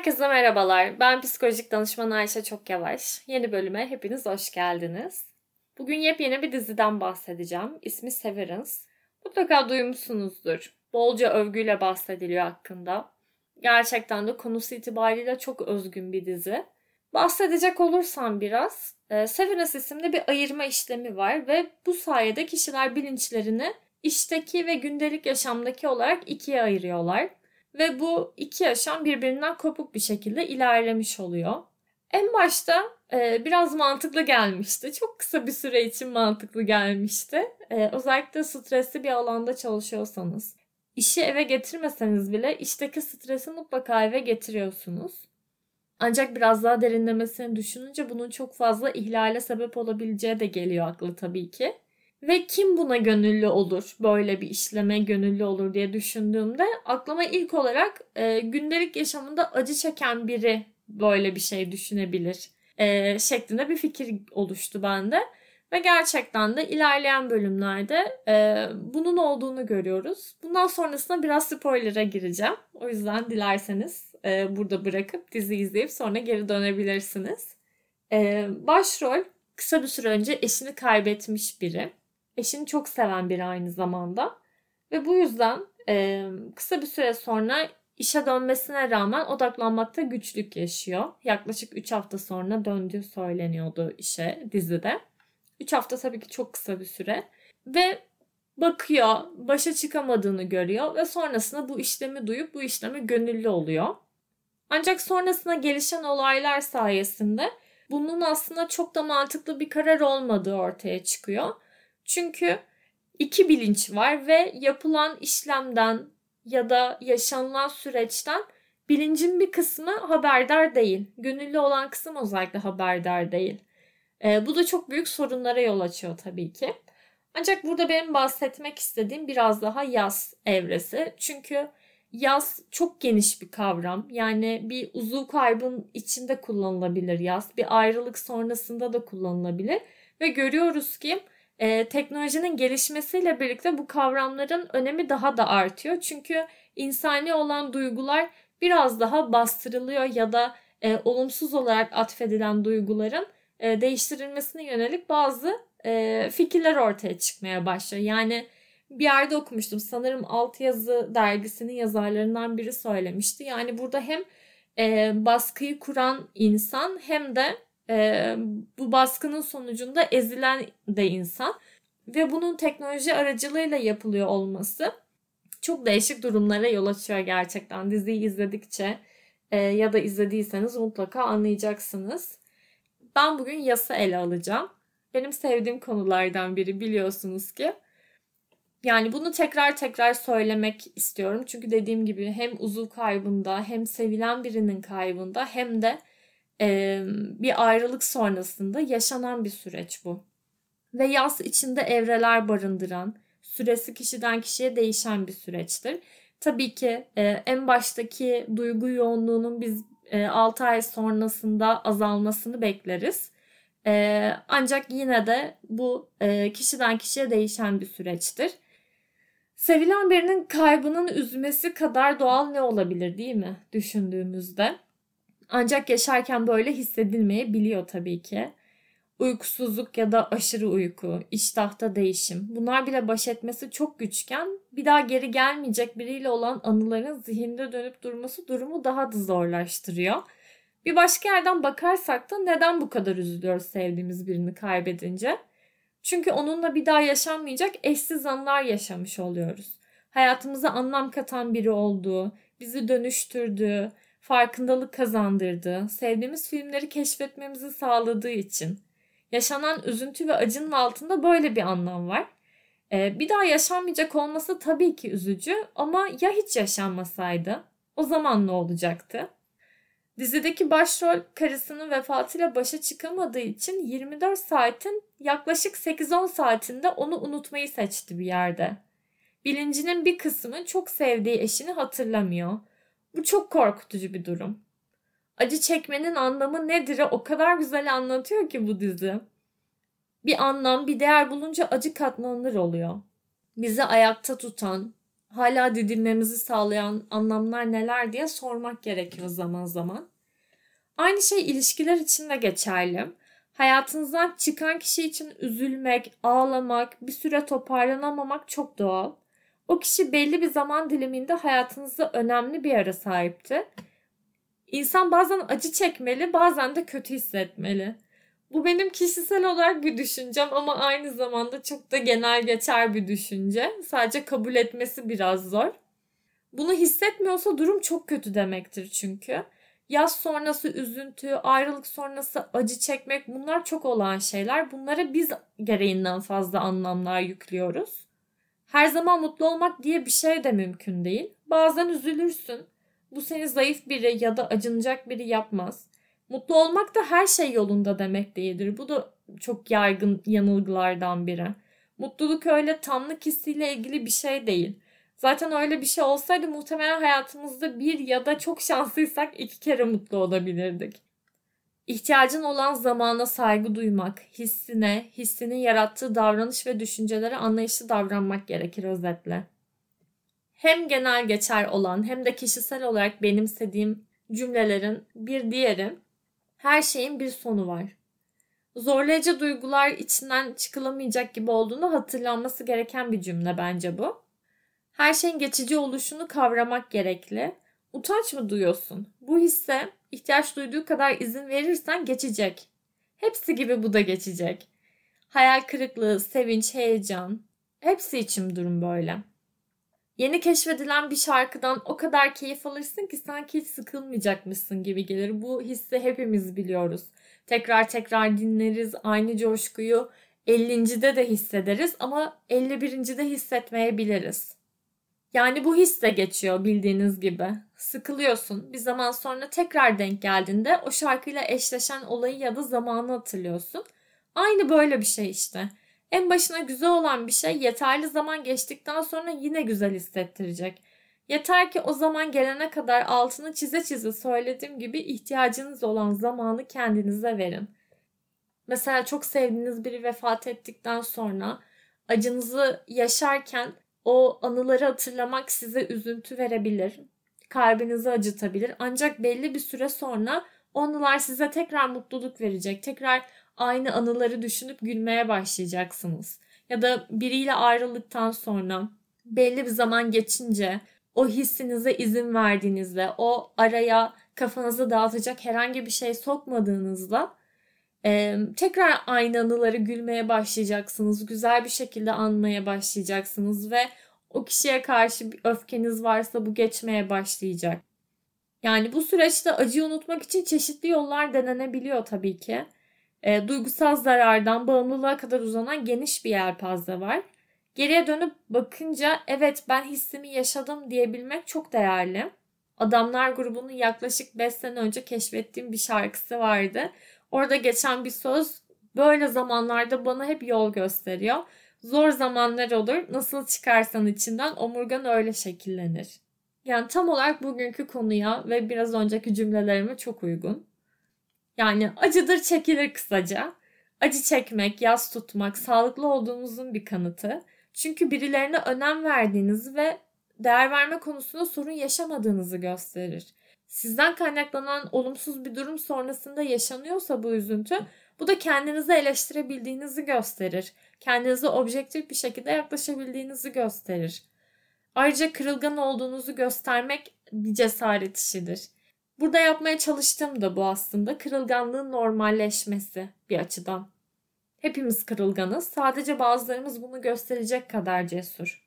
Herkese merhabalar. Ben psikolojik danışman Ayşe Çokyavaş. Yeni bölüme hepiniz hoş geldiniz. Bugün yepyeni bir diziden bahsedeceğim. İsmi Severance. Mutlaka duymuşsunuzdur. Bolca övgüyle bahsediliyor hakkında. Gerçekten de konusu itibariyle çok özgün bir dizi. Bahsedecek olursam biraz, Severance isimli bir ayırma işlemi var ve bu sayede kişiler bilinçlerini işteki ve gündelik yaşamdaki olarak ikiye ayırıyorlar. Ve bu iki yaşam birbirinden kopuk bir şekilde ilerlemiş oluyor. En başta biraz mantıklı gelmişti. Çok kısa bir süre için mantıklı gelmişti. Özellikle stresli bir alanda çalışıyorsanız. İşi eve getirmeseniz bile işteki stresi mutlaka eve getiriyorsunuz. Ancak biraz daha derinlemesine düşününce bunun çok fazla ihlale sebep olabileceği de geliyor aklı tabii ki. Ve kim buna gönüllü olur, böyle bir işleme gönüllü olur diye düşündüğümde aklıma ilk olarak gündelik yaşamında acı çeken biri böyle bir şey düşünebilir şeklinde bir fikir oluştu bende. Ve gerçekten de ilerleyen bölümlerde bunun olduğunu görüyoruz. Bundan sonrasında biraz spoiler'a gireceğim. O yüzden dilerseniz burada bırakıp dizi izleyip sonra geri dönebilirsiniz. Başrol kısa bir süre önce eşini kaybetmiş biri. Eşini çok seven biri aynı zamanda. Ve bu yüzden kısa bir süre sonra işe dönmesine rağmen odaklanmakta güçlük yaşıyor. Yaklaşık 3 hafta sonra döndüğü söyleniyordu işe dizide. 3 hafta tabii ki çok kısa bir süre. Ve bakıyor, başa çıkamadığını görüyor ve sonrasında bu işlemi duyup bu işleme gönüllü oluyor. Ancak sonrasında gelişen olaylar sayesinde bunun aslında çok da mantıklı bir karar olmadığı ortaya çıkıyor. Çünkü iki bilinç var ve yapılan işlemden ya da yaşanılan süreçten bilincin bir kısmı haberdar değil. Gönüllü olan kısım özellikle haberdar değil. Bu da çok büyük sorunlara yol açıyor tabii ki. Ancak burada benim bahsetmek istediğim biraz daha yas evresi. Çünkü yas çok geniş bir kavram. Yani bir uzuv kaybın içinde kullanılabilir yas. Bir ayrılık sonrasında da kullanılabilir. Ve görüyoruz ki teknolojinin gelişmesiyle birlikte bu kavramların önemi daha da artıyor. Çünkü insani olan duygular biraz daha bastırılıyor ya da olumsuz olarak atfedilen duyguların değiştirilmesine yönelik bazı fikirler ortaya çıkmaya başlıyor. Yani bir yerde okumuştum. Sanırım Altyazı dergisinin yazarlarından biri söylemişti. Yani burada hem baskıyı kuran insan hem de bu baskının sonucunda ezilen de insan. Ve bunun teknoloji aracılığıyla yapılıyor olması çok değişik durumlara yol açıyor gerçekten. Diziyi izledikçe ya da izlediyseniz mutlaka anlayacaksınız. Ben bugün yası ele alacağım. Benim sevdiğim konulardan biri biliyorsunuz ki. Yani bunu tekrar tekrar söylemek istiyorum. Çünkü dediğim gibi hem uzuv kaybında hem sevilen birinin kaybında hem de bir ayrılık sonrasında yaşanan bir süreç bu. Ve yas içinde evreler barındıran, süresi kişiden kişiye değişen bir süreçtir. Tabii ki en baştaki duygu yoğunluğunun biz 6 ay sonrasında azalmasını bekleriz. Ancak yine de bu kişiden kişiye değişen bir süreçtir. Sevilen birinin kaybının üzmesi kadar doğal ne olabilir değil mi düşündüğümüzde? Ancak yaşarken böyle hissedilmeyebiliyor tabii ki. Uykusuzluk ya da aşırı uyku, iştahta değişim bunlar bile baş etmesi çok güçken bir daha geri gelmeyecek biriyle olan anıların zihinde dönüp durması durumu daha da zorlaştırıyor. Bir başka yerden bakarsak da neden bu kadar üzülüyoruz sevdiğimiz birini kaybedince? Çünkü onunla bir daha yaşanmayacak eşsiz anılar yaşamış oluyoruz. Hayatımıza anlam katan biri olduğu, bizi dönüştürdüğü, farkındalık kazandırdığı, sevdiğimiz filmleri keşfetmemizi sağladığı için. Yaşanan üzüntü ve acının altında böyle bir anlam var. Bir daha yaşanmayacak olması tabii ki üzücü ama ya hiç yaşanmasaydı? O zaman ne olacaktı? Dizideki başrol karısının vefatıyla başa çıkamadığı için 24 saatin yaklaşık 8-10 saatinde onu unutmayı seçti bir yerde. Bilincinin bir kısmı çok sevdiği eşini hatırlamıyor. Bu çok korkutucu bir durum. Acı çekmenin anlamı nedir'i o kadar güzel anlatıyor ki bu dizi. Bir anlam, bir değer bulunca acı katlanılır oluyor. Bizi ayakta tutan, hala didinmemizi sağlayan anlamlar neler diye sormak gerekiyor zaman zaman. Aynı şey ilişkiler için de geçerli. Hayatınızdan çıkan kişi için üzülmek, ağlamak, bir süre toparlanamamak çok doğal. O kişi belli bir zaman diliminde hayatınızda önemli bir yere sahipti. İnsan bazen acı çekmeli, bazen de kötü hissetmeli. Bu benim kişisel olarak bir düşüncem ama aynı zamanda çok da genel geçer bir düşünce. Sadece kabul etmesi biraz zor. Bunu hissetmiyorsa durum çok kötü demektir çünkü. Yaz sonrası üzüntü, ayrılık sonrası acı çekmek bunlar çok olan şeyler. Bunlara biz gereğinden fazla anlamlar yüklüyoruz. Her zaman mutlu olmak diye bir şey de mümkün değil. Bazen üzülürsün. Bu seni zayıf biri ya da acınacak biri yapmaz. Mutlu olmak da her şey yolunda demek değildir. Bu da çok yaygın yanılgılardan biri. Mutluluk öyle tanrılık hissiyle ilgili bir şey değil. Zaten öyle bir şey olsaydı muhtemelen hayatımızda bir ya da çok şanslıysak 2 kere mutlu olabilirdik. İhtiyacın olan zamana saygı duymak, hissinin yarattığı davranış ve düşüncelere anlayışlı davranmak gerekir özetle. Hem genel geçer olan hem de kişisel olarak benimsediğim cümlelerin bir diğeri, her şeyin bir sonu var. Zorlayıcı duygular içinden çıkılamayacak gibi olduğunu hatırlanması gereken bir cümle bence bu. Her şeyin geçici oluşunu kavramak gerekli. Utanç mı duyuyorsun? Bu hisse ihtiyaç duyduğu kadar izin verirsen geçecek. Hepsi gibi bu da geçecek. Hayal kırıklığı, sevinç, heyecan. Hepsi için durum böyle. Yeni keşfedilen bir şarkıdan o kadar keyif alırsın ki sanki hiç sıkılmayacakmışsın gibi gelir. Bu hissi hepimiz biliyoruz. Tekrar tekrar dinleriz, aynı coşkuyu 50'de de hissederiz ama 51'de hissetmeyebiliriz. Yani bu his de geçiyor bildiğiniz gibi. Sıkılıyorsun. Bir zaman sonra tekrar denk geldiğinde o şarkıyla eşleşen olayı ya da zamanı hatırlıyorsun. Aynı böyle bir şey işte. En başına güzel olan bir şey yeterli zaman geçtikten sonra yine güzel hissettirecek. Yeter ki o zaman gelene kadar altını çize çize söylediğim gibi ihtiyacınız olan zamanı kendinize verin. Mesela çok sevdiğiniz biri vefat ettikten sonra acınızı yaşarken o anıları hatırlamak size üzüntü verebilir, kalbinizi acıtabilir. Ancak belli bir süre sonra o anılar size tekrar mutluluk verecek. Tekrar aynı anıları düşünüp gülmeye başlayacaksınız. Ya da biriyle ayrıldıktan sonra belli bir zaman geçince o hissinize izin verdiğinizde, o araya kafanızı dağıtacak herhangi bir şey sokmadığınızda tekrar aynı anıları gülmeye başlayacaksınız. Güzel bir şekilde anmaya başlayacaksınız ve o kişiye karşı bir öfkeniz varsa bu geçmeye başlayacak. Yani bu süreçte acıyı unutmak için çeşitli yollar denenebiliyor tabii ki. Duygusal zarardan bağımlılığa kadar uzanan geniş bir yelpaze var. Geriye dönüp bakınca evet ben hissimi yaşadım diyebilmek çok değerli. Adamlar grubunun yaklaşık 5 sene önce keşfettiğim bir şarkısı vardı. Orada geçen bir söz böyle zamanlarda bana hep yol gösteriyor. Zor zamanlar olur, nasıl çıkarsan içinden omurgan öyle şekillenir. Yani tam olarak bugünkü konuya ve biraz önceki cümlelerime çok uygun. Yani acıdır çekilir kısaca. Acı çekmek, yas tutmak sağlıklı olduğunuzun bir kanıtı. Çünkü birilerine önem verdiğinizi ve değer verme konusunda sorun yaşamadığınızı gösterir. Sizden kaynaklanan olumsuz bir durum sonrasında yaşanıyorsa bu üzüntü, bu da kendinizi eleştirebildiğinizi gösterir. Kendinize objektif bir şekilde yaklaşabildiğinizi gösterir. Ayrıca kırılgan olduğunuzu göstermek bir cesaret işidir. Burada yapmaya çalıştığım da bu aslında kırılganlığın normalleşmesi bir açıdan. Hepimiz kırılganız. Sadece bazılarımız bunu gösterecek kadar cesur.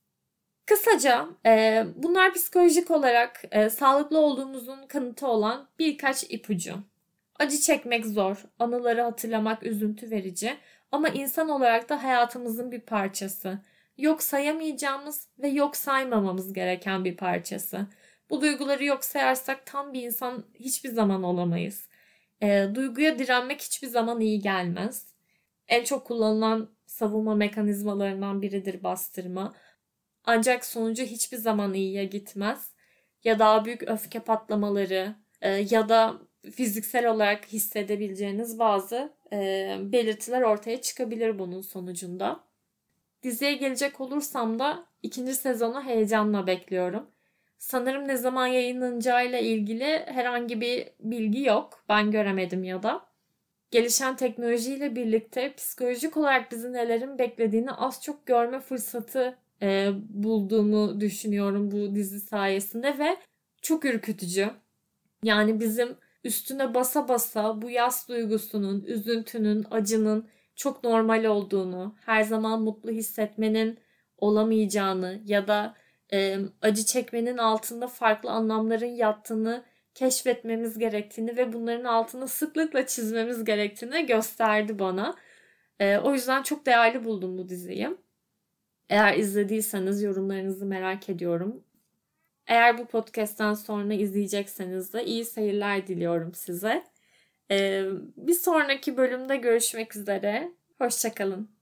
Kısaca bunlar psikolojik olarak sağlıklı olduğumuzun kanıtı olan birkaç ipucu. Acı çekmek zor, anıları hatırlamak üzüntü verici ama insan olarak da hayatımızın bir parçası. Yok sayamayacağımız ve yok saymamamız gereken bir parçası. Bu duyguları yok sayarsak tam bir insan hiçbir zaman olamayız. Duyguya direnmek hiçbir zaman iyi gelmez. En çok kullanılan savunma mekanizmalarından biridir bastırma. Ancak sonucu hiçbir zaman iyiye gitmez. Ya daha büyük öfke patlamaları ya da fiziksel olarak hissedebileceğiniz bazı belirtiler ortaya çıkabilir bunun sonucunda. Diziye gelecek olursam da İkinci sezonu heyecanla bekliyorum. Sanırım ne zaman yayınlanacağıyla ilgili herhangi bir bilgi yok. Ben göremedim ya da. Gelişen teknolojiyle birlikte psikolojik olarak bizi nelerin beklediğini az çok görme fırsatı bulduğumu düşünüyorum bu dizi sayesinde ve çok ürkütücü. Yani bizim üstüne basa basa bu yas duygusunun, üzüntünün, acının çok normal olduğunu, her zaman mutlu hissetmenin olamayacağını ya da acı çekmenin altında farklı anlamların yattığını keşfetmemiz gerektiğini ve bunların altını sıklıkla çizmemiz gerektiğini gösterdi bana. O yüzden çok değerli buldum bu diziyi. Eğer izlediyseniz yorumlarınızı merak ediyorum. Eğer bu podcast'ten sonra izleyecekseniz de iyi seyirler diliyorum size. Bir sonraki bölümde görüşmek üzere. Hoşça kalın.